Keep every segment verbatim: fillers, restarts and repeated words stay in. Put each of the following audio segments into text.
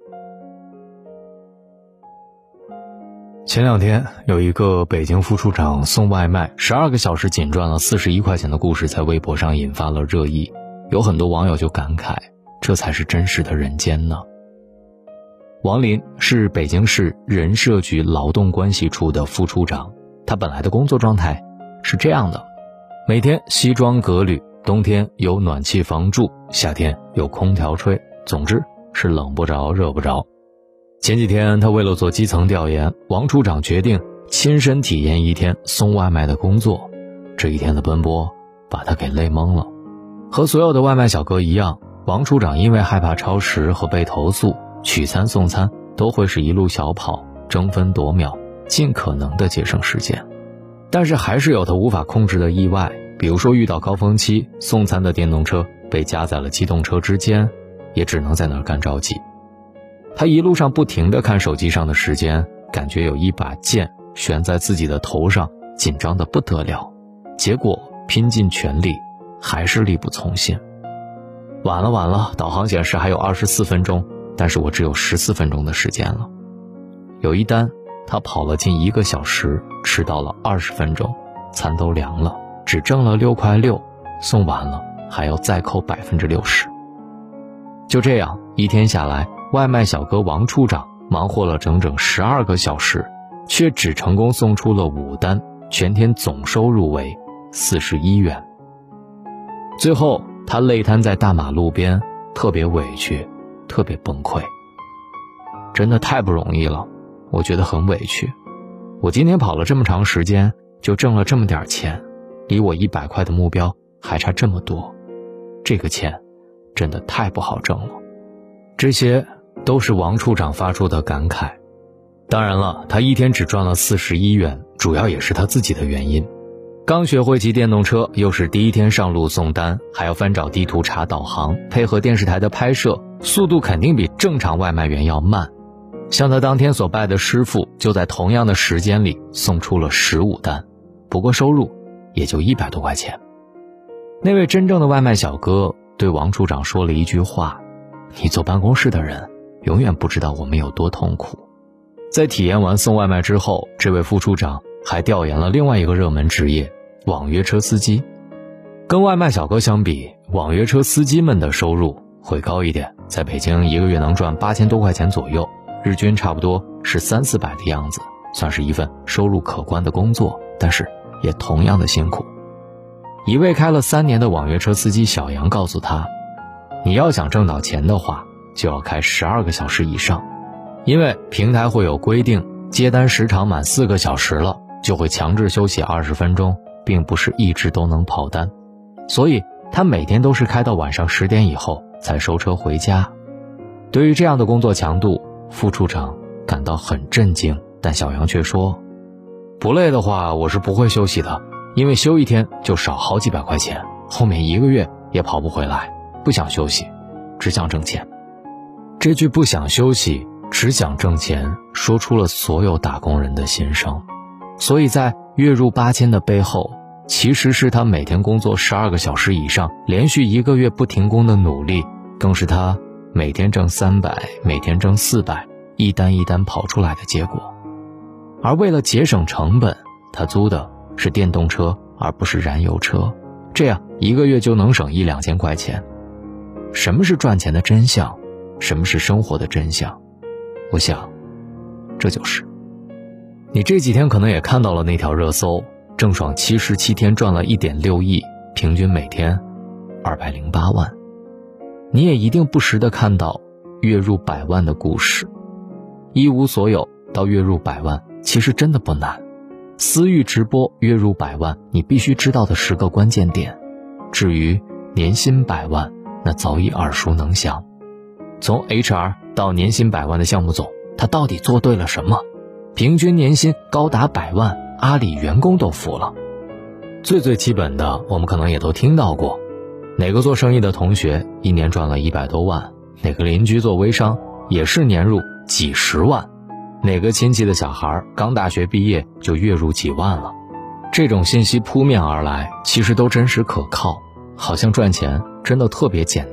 前两天有一个北京副处长送外卖十二个小时仅赚了四十一块钱的故事在微博上引发了热议，有很多网友就感慨，这才是真实的人间呢。王林是北京市人社局劳动关系处的副处长，他本来的工作状态是这样的，每天西装革履，冬天有暖气房住，夏天有空调吹，总之是冷不着热不着。前几天他为了做基层调研，王处长决定亲身体验一天送外卖的工作。这一天的奔波把他给累懵了。和所有的外卖小哥一样，王处长因为害怕超时和被投诉，取餐送餐都会是一路小跑，争分夺秒，尽可能的节省时间。但是还是有他无法控制的意外，比如说遇到高峰期，送餐的电动车被夹在了机动车之间，也只能在那儿干着急。他一路上不停地看手机上的时间，感觉有一把剑悬在自己的头上，紧张得不得了。结果拼尽全力，还是力不从心。晚了晚了，导航显示还有二十四分钟，但是我只有十四分钟的时间了。有一单，他跑了近一个小时，迟到了二十分钟，餐都凉了，只挣了六块六，送完了还要再扣百分之六十。就这样，一天下来，外卖小哥王处长忙活了整整十二个小时，却只成功送出了五单，全天总收入为四十一元。最后他累瘫在大马路边，特别委屈，特别崩溃。真的太不容易了，我觉得很委屈。我今天跑了这么长时间，就挣了这么点钱，离我一百块的目标还差这么多，这个钱真的太不好挣了。这些都是王处长发出的感慨。当然了，他一天只赚了四十一元，主要也是他自己的原因。刚学会骑电动车，又是第一天上路送单，还要翻找地图查导航，配合电视台的拍摄，速度肯定比正常外卖员要慢。像他当天所拜的师傅，就在同样的时间里送出了十五单，不过收入也就一百多块钱。那位真正的外卖小哥对王处长说了一句话，你坐办公室的人永远不知道我们有多痛苦。在体验完送外卖之后，这位副处长还调研了另外一个热门职业，网约车司机。跟外卖小哥相比，网约车司机们的收入会高一点，在北京一个月能赚八千多块钱左右，日均差不多是三四百的样子，算是一份收入可观的工作，但是也同样的辛苦。一位开了三年的网约车司机小杨告诉他，你要想挣到钱的话，就要开十二个小时以上，因为平台会有规定，接单时长满四个小时了，就会强制休息二十分钟，并不是一直都能跑单，所以他每天都是开到晚上十点以后才收车回家。对于这样的工作强度，副处长感到很震惊，但小杨却说，不累的话我是不会休息的，因为休一天就少好几百块钱，后面一个月也跑不回来，不想休息，只想挣钱。这句不想休息，只想挣钱，说出了所有打工人的心声。所以在月入八千的背后，其实是他每天工作十二个小时以上，连续一个月不停工的努力，更是他每天挣三百，每天挣四百，一单一单跑出来的结果。而为了节省成本，他租的是电动车而不是燃油车，这样一个月就能省一两千块钱。什么是赚钱的真相？什么是生活的真相？我想，这就是你这几天可能也看到了那条热搜，郑爽七十七天赚了 一点六亿，平均每天二百零八万。你也一定不时地看到月入百万的故事。一无所有到月入百万，其实真的不难。私域直播月入百万，你必须知道的十个关键点。至于年薪百万，那早已耳熟能详。从 H R 到年薪百万的项目总，他到底做对了什么？平均年薪高达百万，阿里员工都服了。最最基本的，我们可能也都听到过，哪个做生意的同学一年赚了一百多万，哪个邻居做微商也是年入几十万，哪个亲戚的小孩刚大学毕业就月入几万了。这种信息扑面而来，其实都真实可靠，好像赚钱真的特别简单，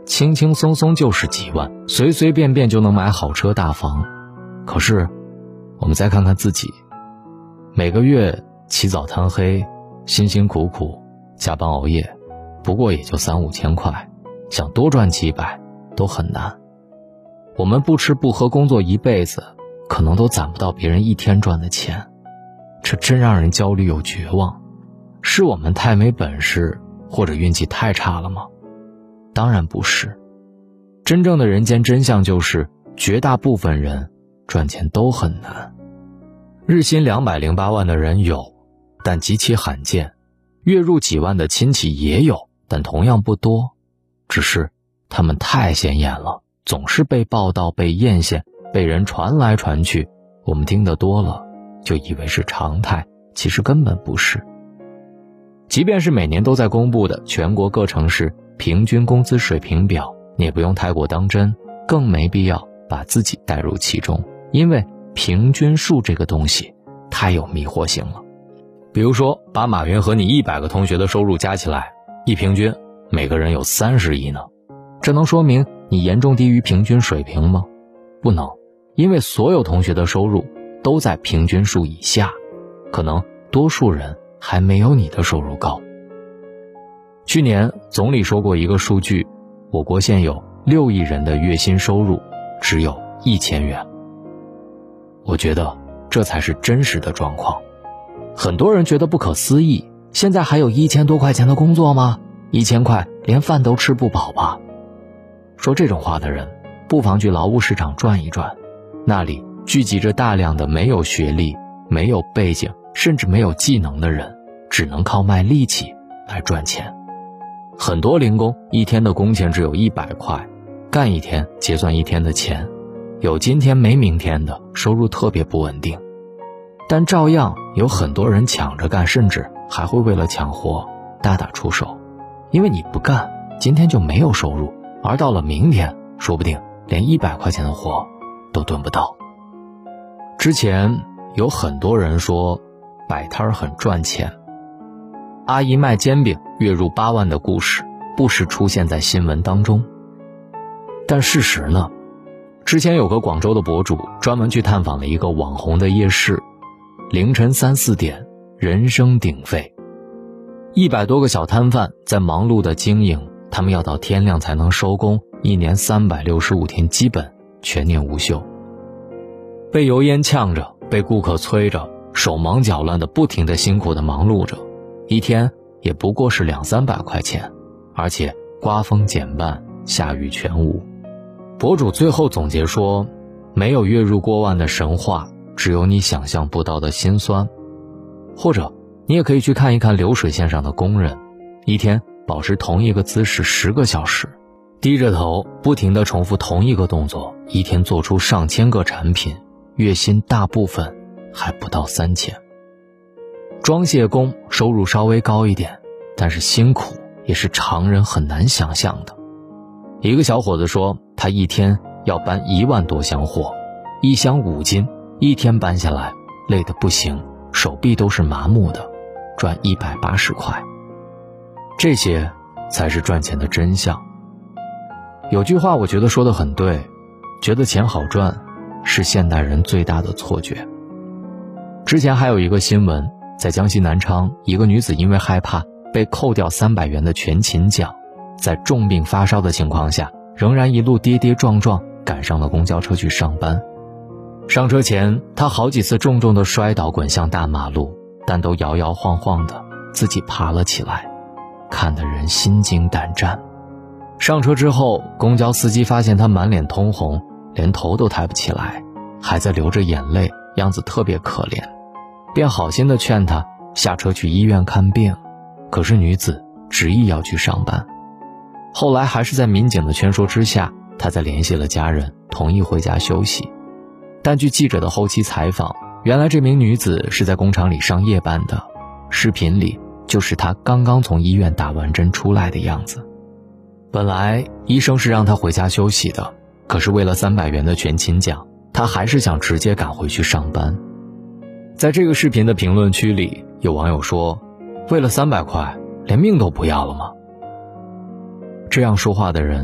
轻轻松松就是几万，随随便便就能买好车大房。可是我们再看看自己，每个月起早贪黑，辛辛苦苦加班熬夜，不过也就三五千块，想多赚几百都很难。我们不吃不喝工作一辈子，可能都攒不到别人一天赚的钱，这真让人焦虑又绝望。是我们太没本事，或者运气太差了吗？当然不是。真正的人间真相就是，绝大部分人赚钱都很难。日薪两百零八万的人有，但极其罕见；月入几万的亲戚也有，但同样不多。只是他们太显眼了，总是被报道、被艳羡、被人传来传去，我们听得多了，就以为是常态，其实根本不是。即便是每年都在公布的全国各城市平均工资水平表，你也不用太过当真，更没必要把自己带入其中，因为平均数这个东西太有迷惑性了。比如说，把马云和你一百个同学的收入加起来，一平均每个人有三十亿呢，这能说明你严重低于平均水平吗？不能，因为所有同学的收入都在平均数以下，可能多数人还没有你的收入高。去年总理说过一个数据，我国现有六亿人的月薪收入只有一千元。我觉得这才是真实的状况。很多人觉得不可思议，现在还有一千多块钱的工作吗？一千块连饭都吃不饱吧？说这种话的人，不妨去劳务市场转一转，那里聚集着大量的没有学历、没有背景，甚至没有技能的人，只能靠卖力气来赚钱。很多零工一天的工钱只有一百块，干一天结算一天的钱，有今天没明天的，收入特别不稳定。但照样有很多人抢着干，甚至还会为了抢活大打出手。因为你不干，今天就没有收入，而到了明天，说不定连一百块钱的活都蹲不到。之前有很多人说摆摊儿很赚钱，阿姨卖煎饼月入八万的故事不时出现在新闻当中。但事实呢？之前有个广州的博主专门去探访了一个网红的夜市，凌晨三四点，人声鼎沸，一百多个小摊贩在忙碌的经营，他们要到天亮才能收工，一年三百六十五天基本全年无休，被油烟呛着，被顾客催着，手忙脚乱的不停的辛苦的忙碌着，一天也不过是两三百块钱，而且刮风减半，下雨全无。博主最后总结说，没有月入过万的神话，只有你想象不到的辛酸。或者你也可以去看一看流水线上的工人，一天保持同一个姿势十个小时，低着头不停地重复同一个动作，一天做出上千个产品，月薪大部分还不到三千。装卸工收入稍微高一点，但是辛苦也是常人很难想象的。一个小伙子说，他一天要搬一万多箱货，一箱五斤，一天搬下来累得不行，手臂都是麻木的，赚一百八十块。这些才是赚钱的真相。有句话我觉得说得很对，觉得钱好赚是现代人最大的错觉。之前还有一个新闻，在江西南昌，一个女子因为害怕被扣掉三百元的全勤奖，在重病发烧的情况下，仍然一路跌跌撞撞赶上了公交车去上班。上车前，她好几次重重的摔倒滚向大马路，但都摇摇晃晃的自己爬了起来，看得人心惊胆战。上车之后，公交司机发现她满脸通红，连头都抬不起来，还在流着眼泪，样子特别可怜，便好心的劝她下车去医院看病。可是女子执意要去上班。后来还是在民警的劝说之下，她才联系了家人，同意回家休息。但据记者的后期采访，原来这名女子是在工厂里上夜班的，视频里就是她刚刚从医院打完针出来的样子。本来医生是让她回家休息的，可是为了三百元的全勤奖，她还是想直接赶回去上班。在这个视频的评论区里，有网友说，为了三百块连命都不要了吗？这样说话的人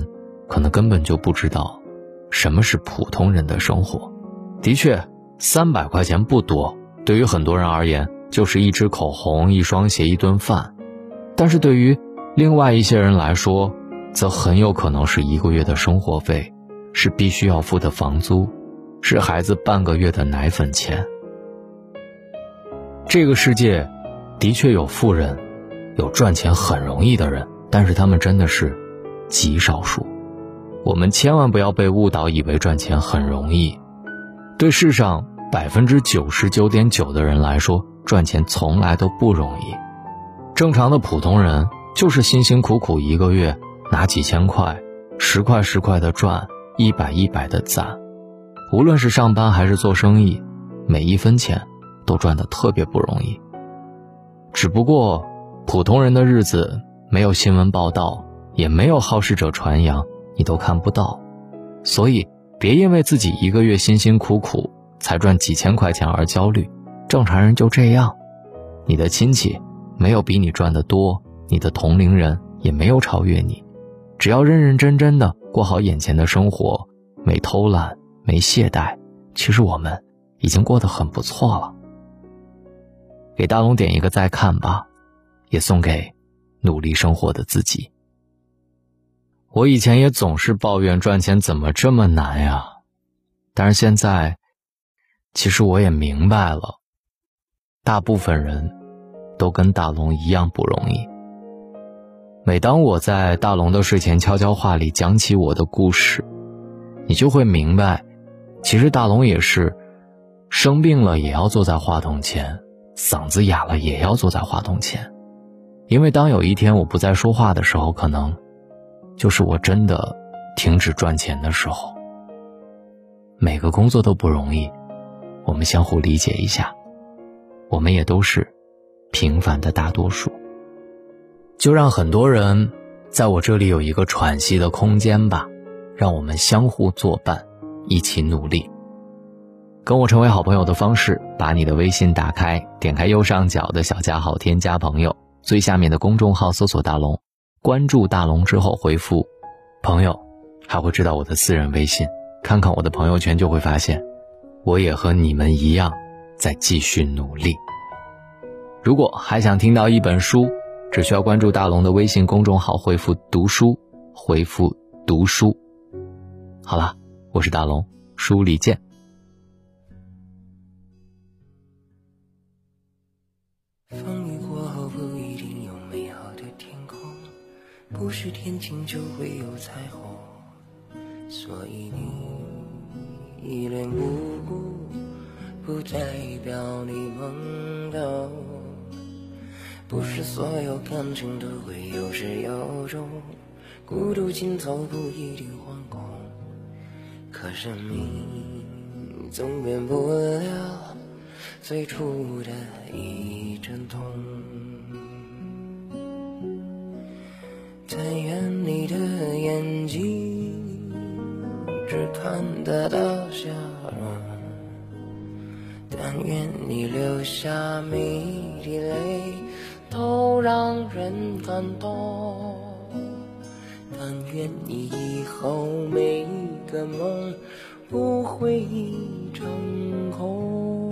可能根本就不知道什么是普通人的生活。的确，三百块钱不多，对于很多人而言就是一支口红、一双鞋、一顿饭，但是对于另外一些人来说，则很有可能是一个月的生活费，是必须要付的房租，是孩子半个月的奶粉钱。这个世界的确有富人，有赚钱很容易的人，但是他们真的是极少数。我们千万不要被误导，以为赚钱很容易。对世上 百分之九十九点九 的人来说，赚钱从来都不容易。正常的普通人就是辛辛苦苦一个月拿几千块，十块十块的赚，一百一百的攒。无论是上班还是做生意，每一分钱都赚得特别不容易。只不过普通人的日子没有新闻报道，也没有好事者传扬，你都看不到。所以别因为自己一个月辛辛苦苦才赚几千块钱而焦虑，正常人就这样。你的亲戚没有比你赚得多，你的同龄人也没有超越你。只要认认真真的过好眼前的生活，没偷懒，没懈怠，其实我们已经过得很不错了。给大龙点一个再看吧，也送给努力生活的自己。我以前也总是抱怨赚钱怎么这么难呀，但是现在其实我也明白了，大部分人都跟大龙一样不容易。每当我在大龙的睡前悄悄话里讲起我的故事，你就会明白，其实大龙也是生病了也要坐在话筒前，嗓子哑了也要坐在话筒前。因为当有一天我不再说话的时候，可能就是我真的停止赚钱的时候。每个工作都不容易，我们相互理解一下，我们也都是平凡的大多数。就让很多人在我这里有一个喘息的空间吧，让我们相互作伴，一起努力。跟我成为好朋友的方式，把你的微信打开，点开右上角的小加号，添加朋友，最下面的公众号搜索大龙，关注大龙之后回复朋友，还会知道我的私人微信。看看我的朋友圈，就会发现我也和你们一样在继续努力。如果还想听到一本书，只需要关注大龙的微信公众号，回复读书，回复读书。好了，我是大龙，书里见。 风雨过后不一定有美好的天空，不是天晴就会有彩虹，所以你一脸无辜，不代表你懵懂。不是所有感情都会有始有终，孤独尽头不一定惶恐，可生命总免不了最初的一阵痛。但愿你的眼睛只看得到笑容，但愿你留下每滴泪都让人感动，但愿你以后每个梦不会成空。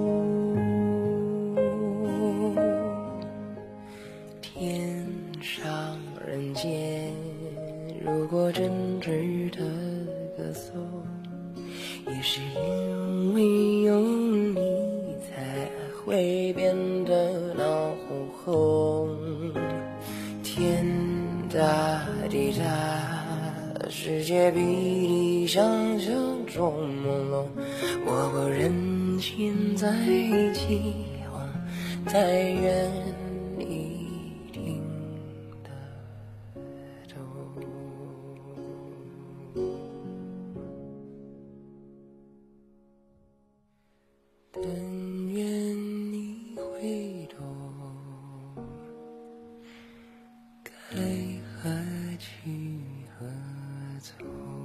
天上人间，如果真值得歌颂，也是因为有你才会变得闹哄哄。天大地大，世界比你想象中朦胧，我不忍心再起哄，但愿你听得懂。但愿你会懂，该何去何从。